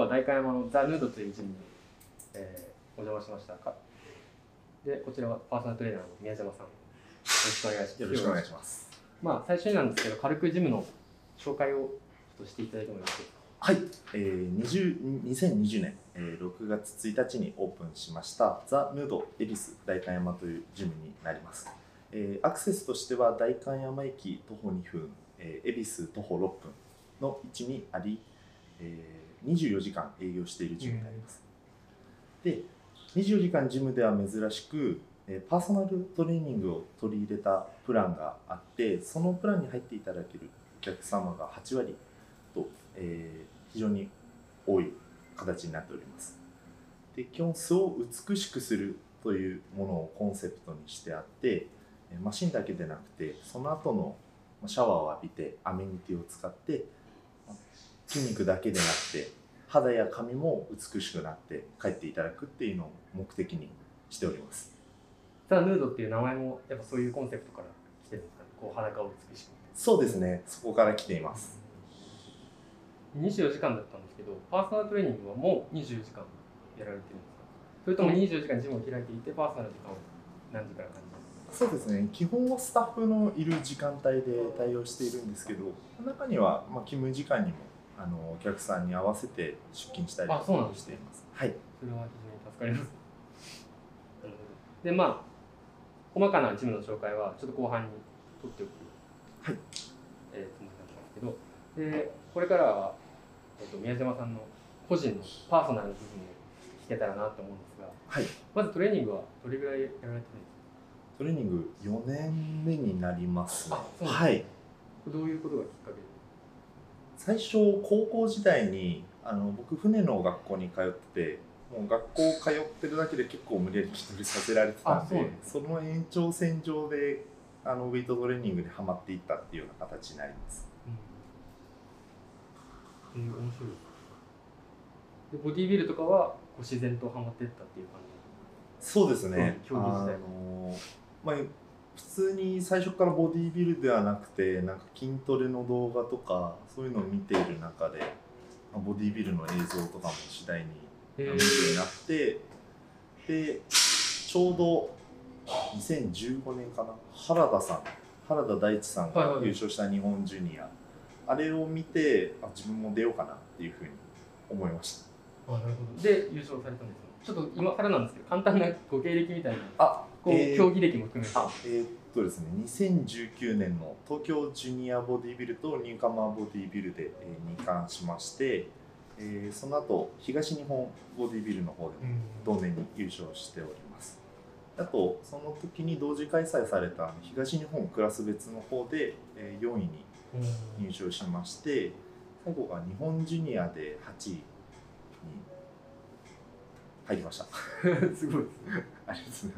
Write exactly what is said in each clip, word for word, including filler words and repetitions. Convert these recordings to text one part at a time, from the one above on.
代官山のザ・ヌードというジムに、えー、お邪魔しましたか。で、こちらはパーソナルトレーナーの宮島さん。よろしくお願いします。 よろしくお願いします。 まあ、最初になんですけど、軽くジムの紹介をちょっとしていただいてもよろしいですか。 はい、えー、にせんにじゅうねん、えー、ろくがつついたちにオープンしましたザ・ヌード恵比寿代官山というジムになります。えー、アクセスとしては代官山駅徒歩にふん、えー、恵比寿徒歩ろっぷんの位置にあり、えー、にじゅうよじかん営業しているジムになります。で、にじゅうよじかんジムでは珍しく、えー、パーソナルトレーニングを取り入れたプランがあって、そのプランに入っていただけるお客様がはちわりと、えー、非常に多い形になっております。で、基本素を美しくするというものをコンセプトにしてあって、マシンだけでなくてその後のシャワーを浴びてアメニティを使って筋肉だけでなくて肌や髪も美しくなって帰っていただくっていうのを目的にしております。 ザ・ヌードっていう名前もやっぱそういうコンセプトから来てるんですかね。こう裸を美しく。 そうですね、そこから来ています。 にじゅうよじかんだったんですけど、パーソナルトレーニングはもうにじゅうよじかんやられてるんですか。それともにじゅうよじかんジムを開いていてパーソナルの時間を何時から何時。 そうですね、基本はスタッフのいる時間帯で対応しているんですけど、中にはまあ勤務時間にもあのお客さんに合わせて出勤したりとかしています。はい。 それは非常に助かります。なるほど。で、まあ細かなジムの紹介はちょっと後半に取っておく、 はい、 えー、つもりだったんですけど、でこれからは、えー、と宮島さんの個人のパーソナルな部分を聞けたらなと思うんですが、 はい、 まずトレーニングはどれぐらいやられてるんですか。 トレーニングよねんめになりますね。 あ、 はい。 どういうことがきっかけで。 最初高校時代にあの僕船の学校に通ってて、もう学校通ってるだけで結構無理やり筋トレさせられてたんで、その延長線上であのウェイトトレーニングにはまっていったっていうような形になります。 うん、えー、面白いで。ボディービルとかはこう自然とはまっていったっていう感じ。 そうですね。 競技自体あのまあ普通に最初からボディービルではなくて、なんか筋トレの動画とかそういうのを見ている中で、ボディービルの映像とかも次第に見るようになって、でちょうどにせんじゅうごねんかな、原田さん原田大地さんが優勝した日本ジュニア、はいはい、あれを見てあ自分も出ようかなっていうふうに思いました。 あ、なるほど。で優勝されたんですよ。ちょっと今からなんですけど簡単なご経歴みたいな、 あこう、えー、競技歴も含めて。 あえー、っとですねにせんじゅうきゅうねんの東京ジュニアボディビルとニューカマーボディビルで、えー、に冠しまして、えー、その後東日本ボディビルの方でも同年に優勝しております。あとその時に同時開催された東日本クラス別の方でよんいに入賞しまして、最後が日本ジュニアではちいに入りました。 すごいですね。 ありがとうございます。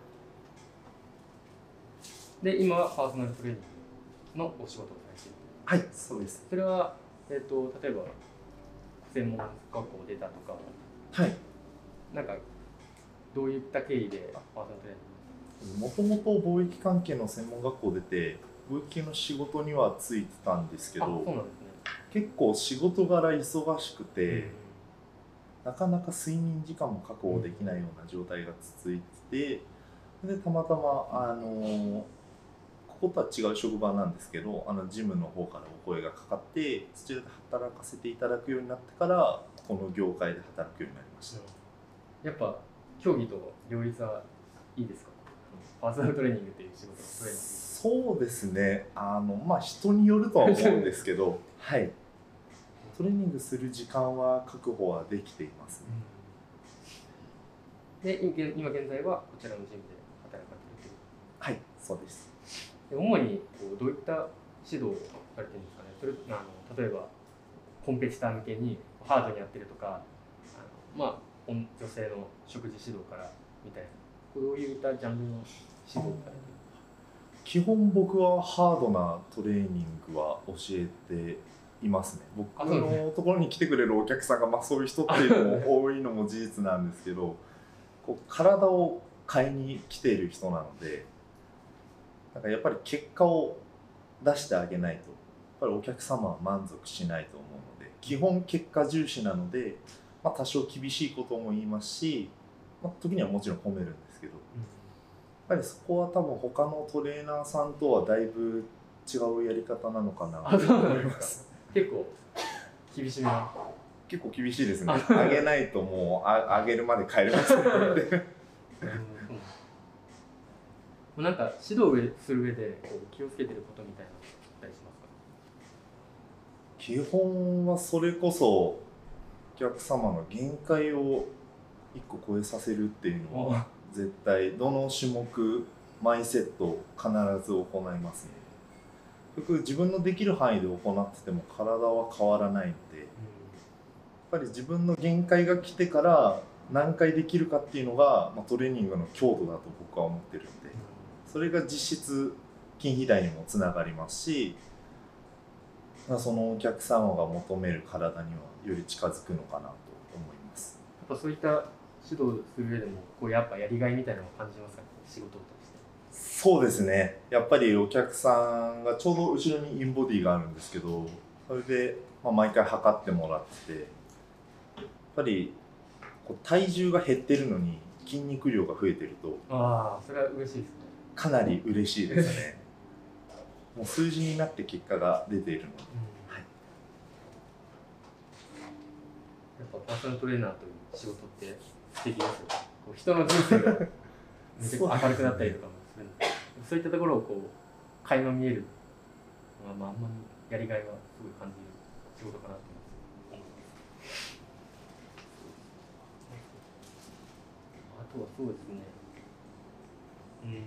で今はパーソナルトレーニングのお仕事をされている。 はい、そうです。 それは、えー、と例えば専門学校出たとか、 はい、 なんかどういった経緯でパーソナルトレーニング。 もともと貿易関係の専門学校出て貿易の仕事にはついてたんですけど、 そうなんですね。 結構仕事柄忙しくて、なかなか睡眠時間も確保できないような状態が続いてて、でたまたまあのこことは違う職場なんですけど、あのジムの方からお声がかかってそちらで働かせていただくようになってからこの業界で働くようになりました。 やっぱ競技と両立はいいですか。パーソナルトレーニングっていう仕事のトレーニング。 そうですね、あのまあ人によるとは思うんですけどはい、トレーニングする時間は確保はできていますね。 で今現在はこちらのジムで働かれている。 はい、そうです。 で主にこうどういった指導をされてるんですかね。それあの例えばコンペティター向けにハードにやってるとか、あのまあ女性の食事指導からみたいな、こういったジャンルの指導をされてる。 基本僕はハードなトレーニングは教えていますね。僕のところに来てくれるお客さんがまあそういう人っていうのも多いのも事実なんですけど、こう体を買いに来ている人なので、なんかやっぱり結果を出してあげないとやっぱりお客様は満足しないと思うので、 基本結果重視なので、まあ、多少厳しいことも言いますし、まあ、時にはもちろん褒めるんですけど、やっぱりそこは多分他のトレーナーさんとはだいぶ違うやり方なのかなと思います。 結構厳しめな。 結構厳しいですね。上げないともうあ上げるまで帰れますね。 なんか指導する上でこう気をつけてることみたいなのあったりしますか？ 基本はそれこそお客様の限界をいっこ超えさせるっていうのは絶対どの種目マイセット必ず行いますね。僕自分のできる範囲で行ってても体は変わらないので、やっぱり自分の限界が来てから何回できるかっていうのが、まあ、トレーニングの強度だと僕は思ってるんで、それが実質筋肥大にもつながりますし、まあ、そのお客様が求める体にはより近づくのかなと思います。 やっぱそういった指導する上でもこうやっぱやりがいみたいなのを感じますかね、仕事として。 そうですね、やっぱりお客さんがちょうど後ろにインボディがあるんですけど、それで、まあ、毎回測ってもらってて、やっぱりこう体重が減ってるのに筋肉量が増えてると、 ああ、それは嬉しいですね。 かなり嬉しいですね。もう数字になって結果が出ているので、うん、はい、 やっぱパーソナルトレーナーという仕事って素敵ですよ。こう人の人生がめちゃくちゃ明るくなったりとかもするので、そういったところをこう垣間見えるのは、まあ、あんまりやりがいはすごい感じる仕事かなと思います。あとはそうですね、うーん、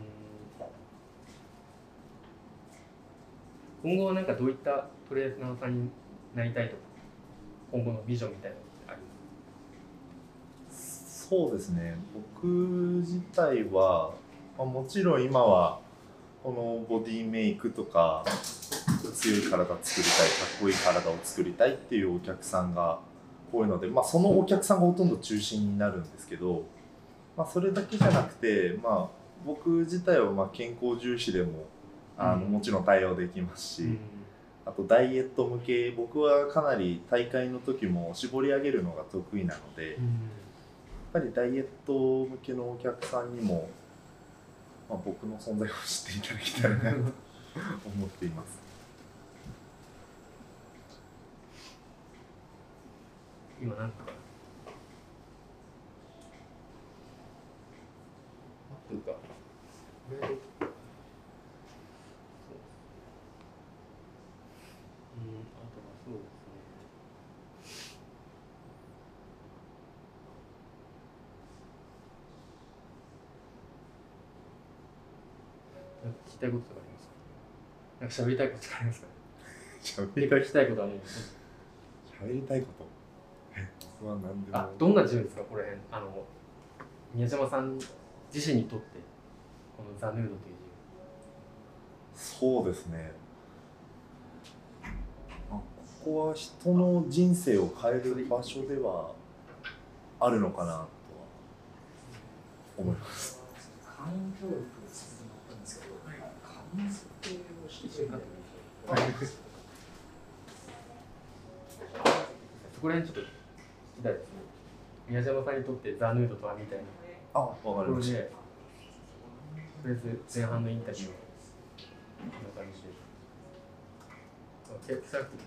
今後はなんかどういったトレーナーさんになりたいとか、今後のビジョンみたいなのってありますか？ そうですね、僕自体は、まあ、もちろん今はこのボディメイクとか強い体作りたい、かっこいい体を作りたいっていうお客さんが多いので、まあ、そのお客さんがほとんど中心になるんですけど、まあ、それだけじゃなくて、まあ、僕自体はまあ健康重視でもあのもちろん対応できますし、うん、あとダイエット向け、僕はかなり大会の時も絞り上げるのが得意なので、うん、やっぱりダイエット向けのお客さんにも、まあ、僕の存在を知っていただきたいなと思っています。 今なんかというか、これ、うん、あとはそうですね。なんか聞きたいこととかありますか？なんか喋りたいこととかありますかね？ 喋りたい聞きたいことはもう。 喋りたいこと。僕は何でも。 あ、どんなジムですか、これ。あの宮島さん自身にとってこのザ・ヌードというジム。 そうですね。ここは人の人生を変える場所ではあるのかなとは思います。 会員登録させてもらったんですけど、会員設定をしてくれるんで、 そこら辺ちょっと聞きたいですね。宮島さんにとってザ・ヌードとはみたいな。 あ、わかりました。 とりあえず前半のインタビューをこんな感じで。結構さっき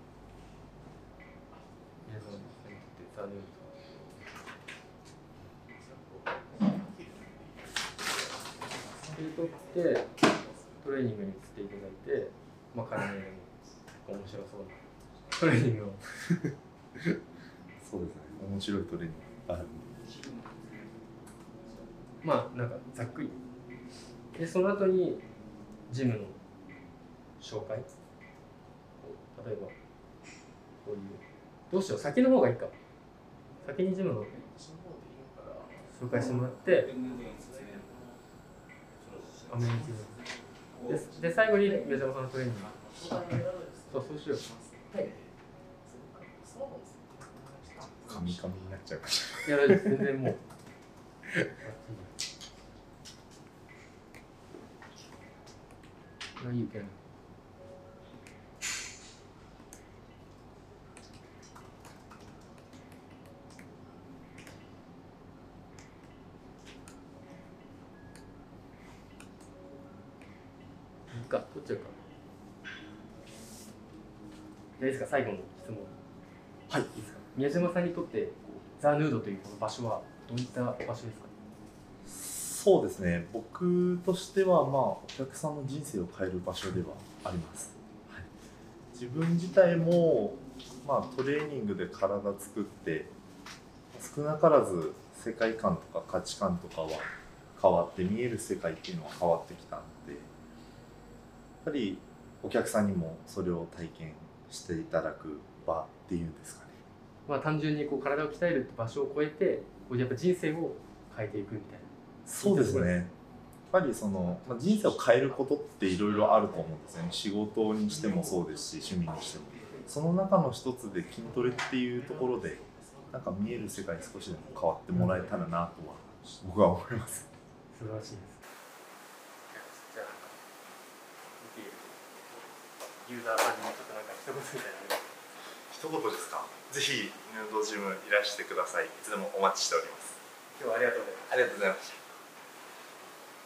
宮島さんにとってザ・ヌードとは。とってトレーニングに来ていただいて、まあ、体に面白そうなトレーニングをそうですね、面白いトレーニングあるんで、 まあなんかざっくりで、その後にジムの紹介、例えばこういう、どうしよう、先の方がいいか、先にジムの紹介してもらってアメニティで、で最後に宮島さんのトレーニング。そう、そうしよう。 カミカミになっちゃいました。 いや、全然もう。いいけど。 か取っちゃうか。じゃあいいですか、最後の質問。 はい。 いいですか。宮島さんにとってこうザ・ヌードというこの場所はどういった場所ですか。 そうですね、僕としては、まあ、お客さんの人生を変える場所ではあります。はい、自分自体も、まあ、トレーニングで体作って少なからず世界観とか価値観とかは変わって見える世界っていうのは変わってきたので、やっぱりお客さんにもそれを体験していただく場っていうんですかね。 まあ単純にこう体を鍛えるって場所を超えてこうやっぱ人生を変えていくみたいな。 そうですね。やっぱりその、まあ、人生を変えることっていろいろあると思うんですよね。仕事にしてもそうですし、趣味にしても。その中の一つで筋トレっていうところで、なんか見える世界少しでも変わってもらえたらなとは僕は思います。 素晴らしいです。じゃあなんか見ているユーザーさんにもちょっとなんか一言みたいなのありますか。 一言ですか。ぜひヌードジムいらしてください。いつでもお待ちしております。 今日はありがとうございました。 ありがとうございました。